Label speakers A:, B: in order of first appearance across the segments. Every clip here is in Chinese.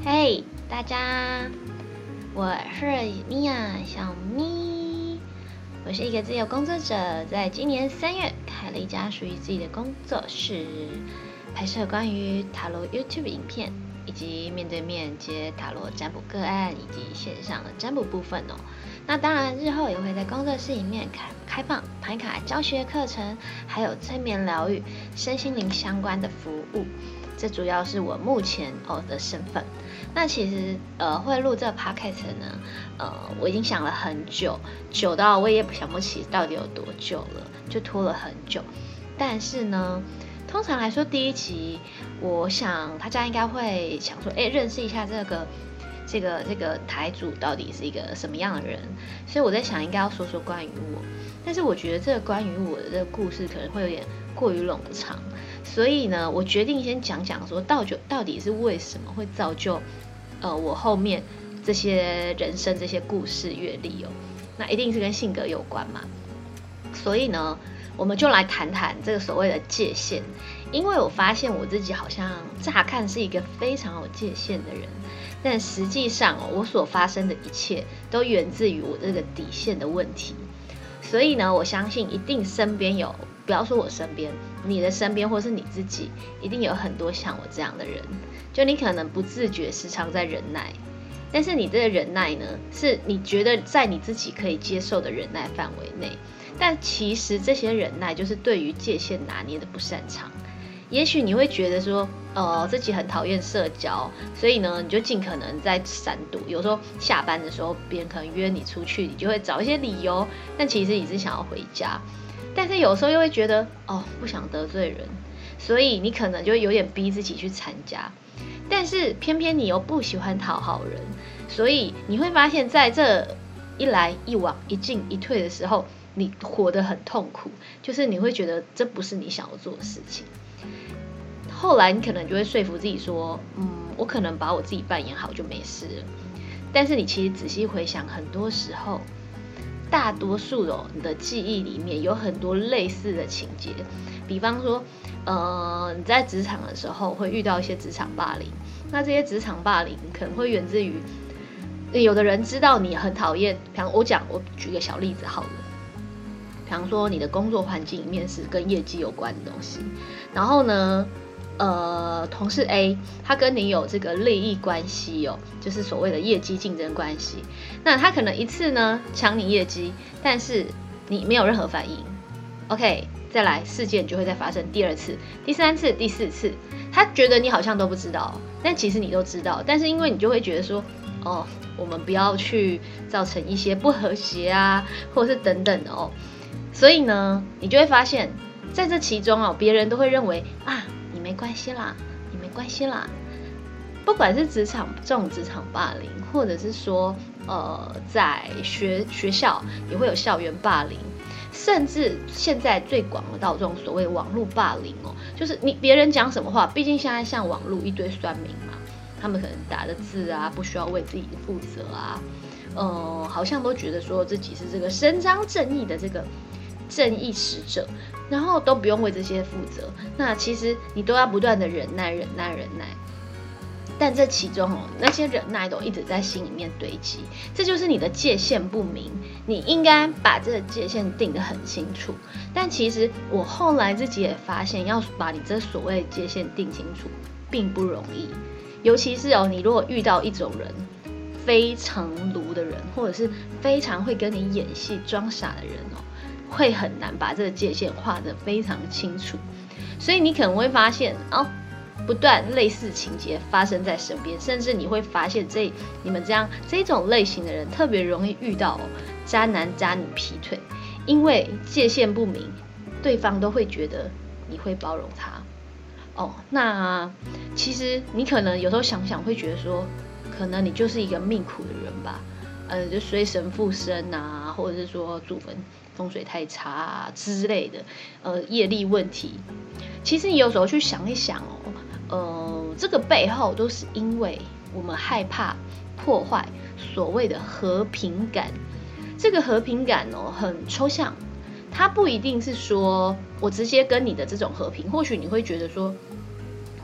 A: 嘿，大家，我是米娅小咪，我是一个自由工作者，在今年3月开了一家属于自己的工作室，拍摄关于塔罗 YouTube 影片，以及面对面接塔罗占卜个案，以及线上的占卜部分哦。那当然，日后也会在工作室里面开放牌卡教学课程，还有催眠疗愈、身心灵相关的服务。这主要是我目前的身份。那其实会录这个 podcast 呢，我已经想了很久，久到我也想不起到底有多久了，就拖了很久。但是呢，通常来说第一集，我想大家应该会想说，认识一下这个台主到底是一个什么样的人，所以我在想应该要说说关于我，但是我觉得这个关于我的这个故事可能会有点过于冗长，所以呢，我决定先讲讲说到底是为什么会造就我后面这些人生这些故事阅历哦，那一定是跟性格有关嘛，所以呢，我们就来谈谈这个所谓的界限，因为我发现我自己好像乍看是一个非常有界限的人，但实际上我所发生的一切都源自于我这个底线的问题。所以呢，我相信一定身边有，不要说我身边，你的身边或是你自己，一定有很多像我这样的人。就你可能不自觉时常在忍耐，但是你这个忍耐呢，是你觉得在你自己可以接受的忍耐范围内，但其实这些忍耐就是对于界限拿捏的不擅长。也许你会觉得说，自己很讨厌社交，所以呢，你就尽可能在闪躲。有时候下班的时候，别人可能约你出去，你就会找一些理由，但其实你是想要回家。但是有时候又会觉得，不想得罪人，所以你可能就有点逼自己去参加。但是偏偏你又不喜欢讨好人，所以你会发现在这一来一往、一进一退的时候，你活得很痛苦，就是你会觉得这不是你想要做的事情。后来你可能就会说服自己说，我可能把我自己扮演好就没事了。但是你其实仔细回想，很多时候，大多数你的记忆里面有很多类似的情节，比方说，你在职场的时候会遇到一些职场霸凌，那这些职场霸凌可能会源自于，有的人知道你很讨厌，比方我举个小例子好了。比方说你的工作环境里面是跟业绩有关的东西，然后呢，同事 A 他跟你有这个利益关系就是所谓的业绩竞争关系。那他可能一次呢抢你业绩，但是你没有任何反应。OK， 再来事件就会再发生第2次、第3次、第4次，他觉得你好像都不知道，但其实你都知道，但是因为你就会觉得说，我们不要去造成一些不和谐啊，或者是等等的所以呢，你就会发现，在这其中别人都会认为你没关系啦，你没关系啦。不管是这种职场霸凌，或者是说在学校也会有校园霸凌，甚至现在最广的到这种所谓网络霸凌就是别人讲什么话，毕竟现在像网络一堆酸民嘛，他们可能打的字啊，不需要为自己负责啊，好像都觉得说自己是这个伸张正义的这个正义使者，然后都不用为这些负责。那其实你都要不断的忍耐，但这其中那些忍耐都一直在心里面堆积，这就是你的界限不明。你应该把这个界限定得很清楚，但其实我后来自己也发现，要把你这所谓的界限定清楚并不容易，尤其是你如果遇到一种人非常鲁的人，或者是非常会跟你演戏装傻的人会很难把这个界限画得非常清楚，所以你可能会发现不断类似情节发生在身边，甚至你会发现你们这种类型的人特别容易遇到渣男渣女劈腿，因为界限不明，对方都会觉得你会包容他那其实你可能有时候想想会觉得说，可能你就是一个命苦的人吧，就衰神附身啊，或者是说祖坟风水太差啊之类的，业力问题。其实你有时候去想一想这个背后都是因为我们害怕破坏所谓的和平感。这个和平感很抽象，它不一定是说我直接跟你的这种和平，或许你会觉得说，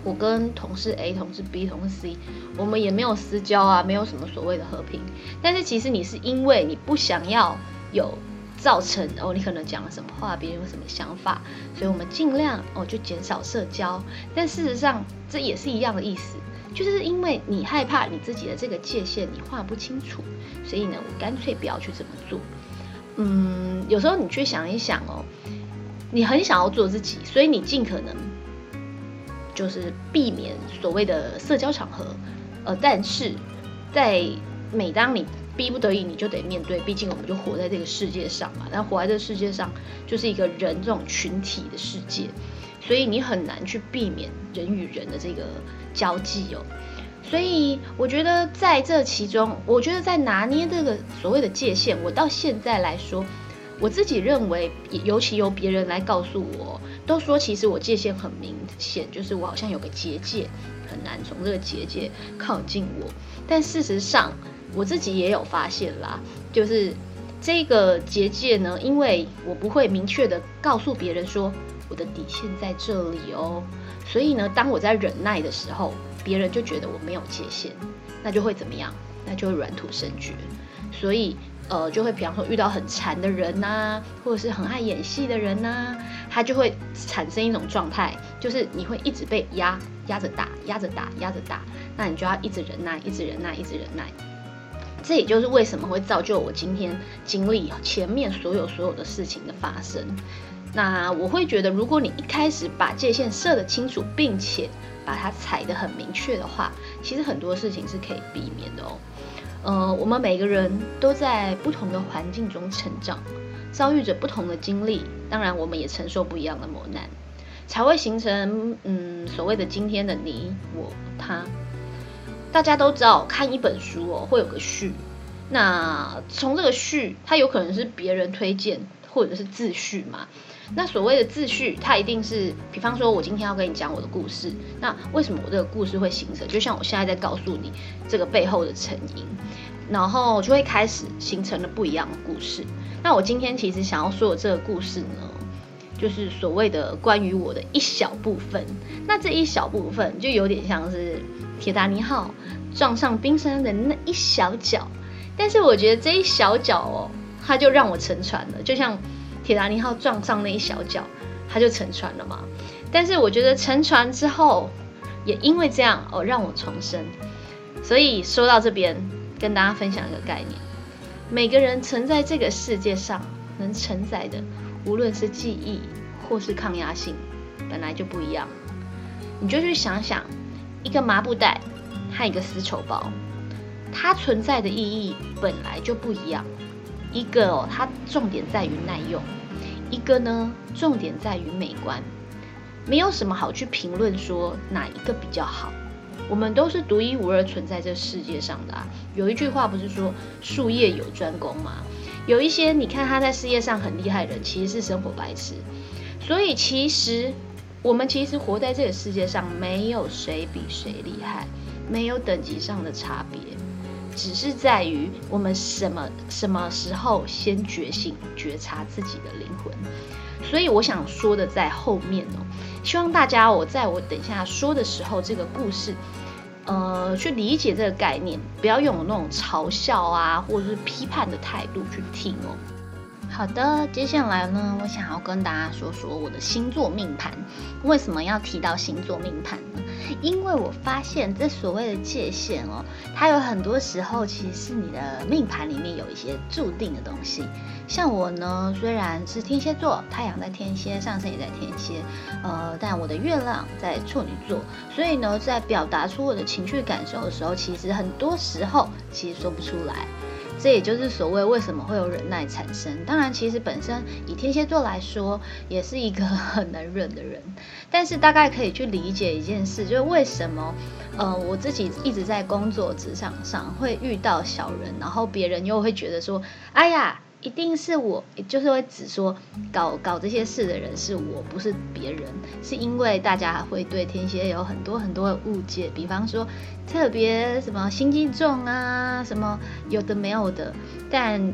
A: 我跟同事 A、同事 B、同事 C， 我们也没有私交啊，没有什么所谓的和平。但是其实你是因为你不想要有造成你可能讲了什么话，别人有什么想法，所以我们尽量就减少社交。但事实上这也是一样的意思，就是因为你害怕你自己的这个界限你画不清楚，所以呢，我干脆不要去这么做。有时候你去想一想你很想要做自己，所以你尽可能就是避免所谓的社交场合，但是在每当你逼不得已，你就得面对，毕竟我们就活在这个世界上嘛。但活在这个世界上，就是一个人这种群体的世界，所以你很难去避免人与人的这个交际所以我觉得在这其中，我觉得在拿捏这个所谓的界限，我到现在来说，我自己认为，尤其由别人来告诉我，都说其实我界限很明显，就是我好像有个结界，很难从这个结界靠近我。但事实上，我自己也有发现啦，就是这个结界呢，因为我不会明确的告诉别人说我的底线在这里所以呢，当我在忍耐的时候，别人就觉得我没有界限，那就会怎么样？那就会软土生绝。所以就会比方说遇到很馋的人啊，或者是很爱演戏的人啊，他就会产生一种状态，就是你会一直被压着打，那你就要一直忍耐，一直忍耐。这也就是为什么会造就我今天经历前面所有的事情的发生。那我会觉得，如果你一开始把界限设得清楚，并且把它踩得很明确的话，其实很多事情是可以避免的我们每个人都在不同的环境中成长，遭遇着不同的经历，当然我们也承受不一样的磨难，才会形成所谓的今天的你我他。大家都知道看一本书会有个序，那从这个序它有可能是别人推荐或者是自序嘛。那所谓的自序，它一定是，比方说我今天要跟你讲我的故事，那为什么我这个故事会形成？就像我现在在告诉你这个背后的成因，然后就会开始形成了不一样的故事。那我今天其实想要说的这个故事呢，就是所谓的关于我的一小部分。那这一小部分就有点像是铁达尼号撞上冰山的那一小角，但是我觉得这一小角它就让我沉船了，就像铁达尼号撞上那一小角，它就沉船了嘛。但是我觉得沉船之后，也因为这样让我重生。所以说到这边，跟大家分享一个概念：每个人存在这个世界上能承载的，无论是记忆或是抗压性，本来就不一样。你就去想想，一个麻布袋和一个丝绸包，它存在的意义本来就不一样。一个它重点在于耐用，一个呢重点在于美观。没有什么好去评论说哪一个比较好，我们都是独一无二存在这世界上的有一句话不是说术业有专攻吗？有一些你看他在事业上很厉害的人，其实是生活白痴。所以其实我们活在这个世界上，没有谁比谁厉害，没有等级上的差别，只是在于我们什么时候先觉醒觉察自己的灵魂。所以我想说的在后面希望大家在我等一下说的时候，这个故事去理解这个概念，不要用那种嘲笑或者是批判的态度去听好的，接下来呢，我想要跟大家说说我的星座命盘。为什么要提到星座命盘呢？因为我发现这所谓的界限它有很多时候其实是你的命盘里面有一些注定的东西。像我呢，虽然是天蝎座，太阳在天蝎，上升也在天蝎，但我的月亮在处女座，所以呢，在表达出我的情绪感受的时候，其实很多时候其实说不出来。这也就是所谓为什么会有忍耐产生。当然其实本身以天蝎座来说也是一个很能忍的人，但是大概可以去理解一件事，就是为什么我自己一直在工作职场上会遇到小人，然后别人又会觉得说哎呀一定是我，就是会指说搞这些事的人是我，不是别人，是因为大家会对天蝎有很多的误解，比方说特别什么心机重什么有的没有的。但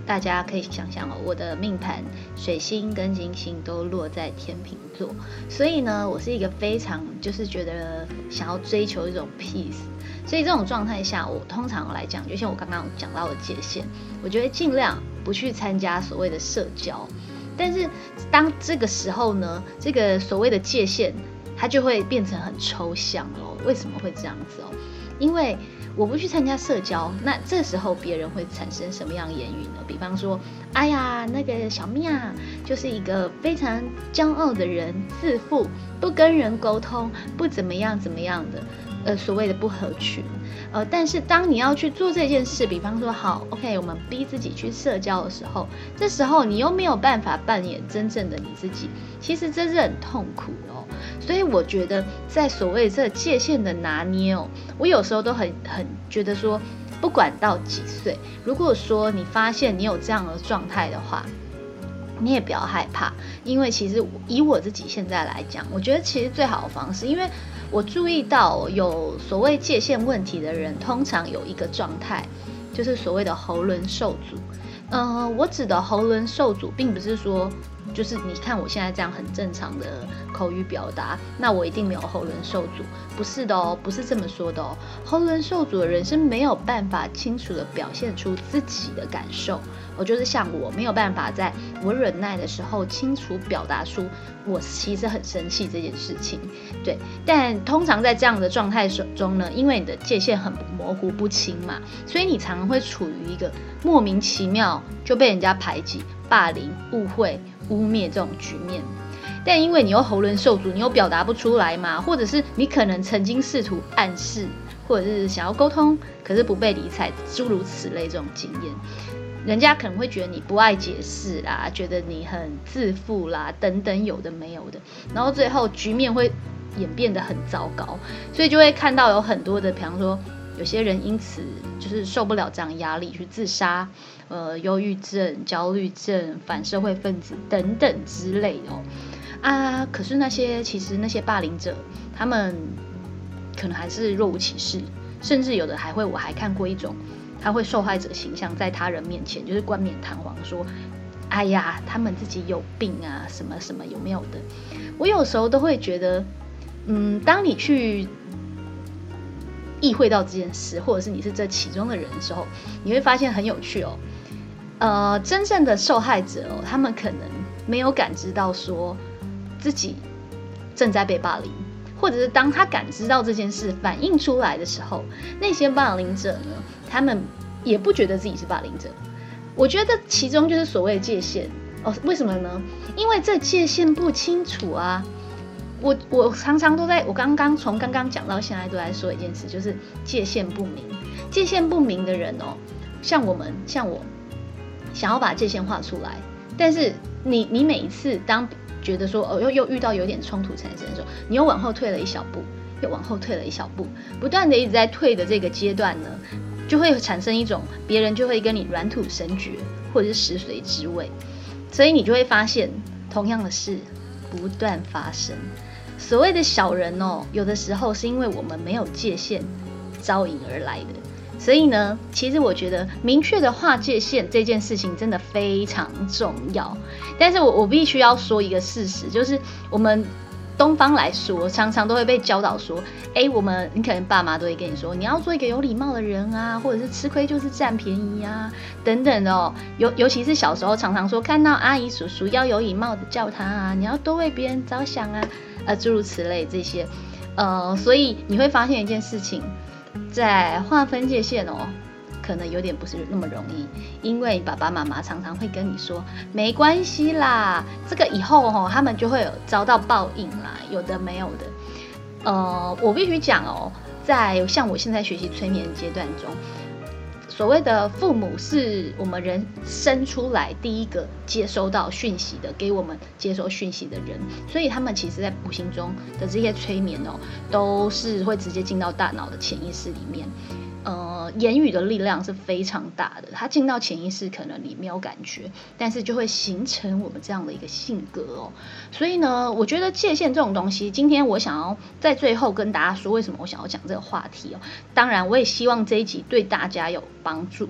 A: 大家可以想象我的命盘水星跟金星都落在天秤座，所以呢，我是一个非常就是觉得想要追求一种 peace， 所以这种状态下，我通常来讲，就像我刚刚讲到的界限，我觉得尽量不去参加所谓的社交。但是当这个时候呢，这个所谓的界限，它就会变成很抽象哦。为什么会这样子哦？因为我不去参加社交，那这时候别人会产生什么样的言语呢？比方说，哎呀，那个小咪啊，就是一个非常骄傲的人，自负，不跟人沟通，不怎么样怎么样的，所谓的不合群。但是当你要去做这件事，比方说好 ，OK， 我们逼自己去社交的时候，这时候你又没有办法扮演真正的你自己，其实这是很痛苦的哦。所以我觉得在所谓这个界限的拿捏哦，我有时候都很觉得说，不管到几岁，如果说你发现你有这样的状态的话，你也不要害怕，因为其实以我自己现在来讲，我觉得其实最好的方式，因为我注意到有所谓界限问题的人，通常有一个状态，就是所谓的喉轮受阻。我指的喉轮受阻，并不是说就是你看我现在这样很正常的口语表达，那我一定没有喉轮受阻，不是的哦，不是这么说的哦。喉轮受阻的人是没有办法清楚的表现出自己的感受，就是像我没有办法在我忍耐的时候清楚表达出我其实很生气这件事情，对。但通常在这样的状态中呢，因为你的界限很模糊不清嘛，所以你常常会处于一个莫名其妙就被人家排挤、霸凌、误会、污蔑这种局面。但因为你又喉轮受阻，你又表达不出来嘛，或者是你可能曾经试图暗示，或者是想要沟通，可是不被理睬，诸如此类这种经验。人家可能会觉得你不爱解释啦，觉得你很自负啦，等等有的没有的，然后最后局面会演变得很糟糕，所以就会看到有很多的，比方说有些人因此就是受不了这样压力去自杀，忧郁症、焦虑症、反社会分子等等之类的可是其实那些霸凌者，他们可能还是若无其事，甚至有的我还看过一种，他会受害者形象在他人面前就是冠冕堂皇说，哎呀，他们自己有病啊，什么什么有没有的。我有时候都会觉得，当你去意会到这件事，或者是你是这其中的人的时候，你会发现很有趣哦。真正的受害者他们可能没有感知到说自己正在被霸凌，或者是当他感知到这件事反映出来的时候，那些霸凌者呢，他们也不觉得自己是霸凌者。我觉得其中就是所谓的界限为什么呢？因为这界限不清楚啊。我常常都在，从刚刚讲到现在都在说一件事，就是界限不明。界限不明的人像我想要把界限画出来，但是你每一次当觉得说又遇到有点冲突产生的时候，你又往后退了一小步，又往后退了一小步，不断的一直在退的这个阶段呢，就会产生一种别人就会跟你软土生绝，或者是食髓知味，所以你就会发现同样的事不断发生。所谓的小人有的时候是因为我们没有界限招引而来的。所以呢，其实我觉得明确的划界限这件事情真的非常重要。但是我必须要说一个事实，就是我们东方来说，常常都会被教导说，你可能爸妈都会跟你说，你要做一个有礼貌的人啊，或者是吃亏就是占便宜啊，等等的尤其是小时候常常说，看到阿姨叔叔要有礼貌的叫他啊，你要多为别人着想啊，诸如此类这些。所以你会发现一件事情，在划分界限可能有点不是那么容易，因为爸爸妈妈常常会跟你说，没关系啦，这个以后他们就会有遭到报应啦，有的没有的。我必须讲在像我现在学习催眠阶段中，所谓的父母是我们人生出来第一个接收到讯息的，给我们接收讯息的人，所以他们其实在无形中的这些催眠都是会直接进到大脑的潜意识里面。言语的力量是非常大的，它进到潜意识可能你没有感觉，但是就会形成我们这样的一个性格所以呢，我觉得界限这种东西，今天我想要在最后跟大家说为什么我想要讲这个话题当然我也希望这一集对大家有帮助。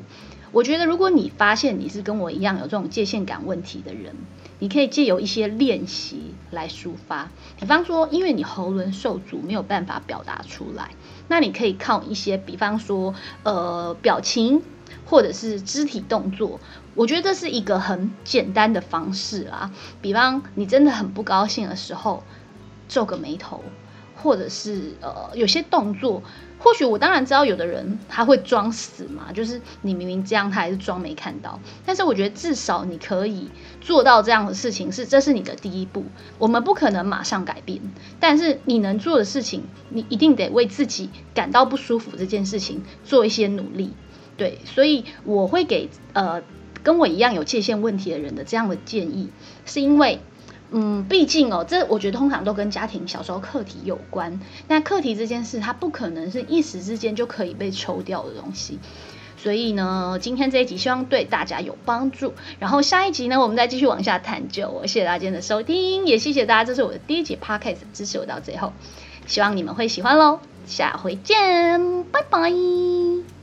B: 我觉得如果你发现你是跟我一样有这种界限感问题的人，你可以借由一些练习来抒发。比方说，因为你喉咙受阻没有办法表达出来，那你可以靠一些，比方说表情或者是肢体动作，我觉得这是一个很简单的方式啦。比方你真的很不高兴的时候，皱个眉头，或者是有些动作，或许我当然知道有的人他会装死嘛，就是你明明这样，他还是装没看到。但是我觉得至少你可以做到这样的事情，这是你的第一步。我们不可能马上改变，但是你能做的事情，你一定得为自己感到不舒服这件事情做一些努力。对，所以我会给跟我一样有界限问题的人的这样的建议，是因为毕竟这我觉得通常都跟家庭小时候课题有关。那课题这件事，它不可能是一时之间就可以被抽掉的东西。所以呢，今天这一集希望对大家有帮助。然后下一集呢，我们再继续往下探究。谢谢大家今天的收听，也谢谢大家，这是我的第一集 podcast， 支持我到最后，希望你们会喜欢咯。下回见，拜拜。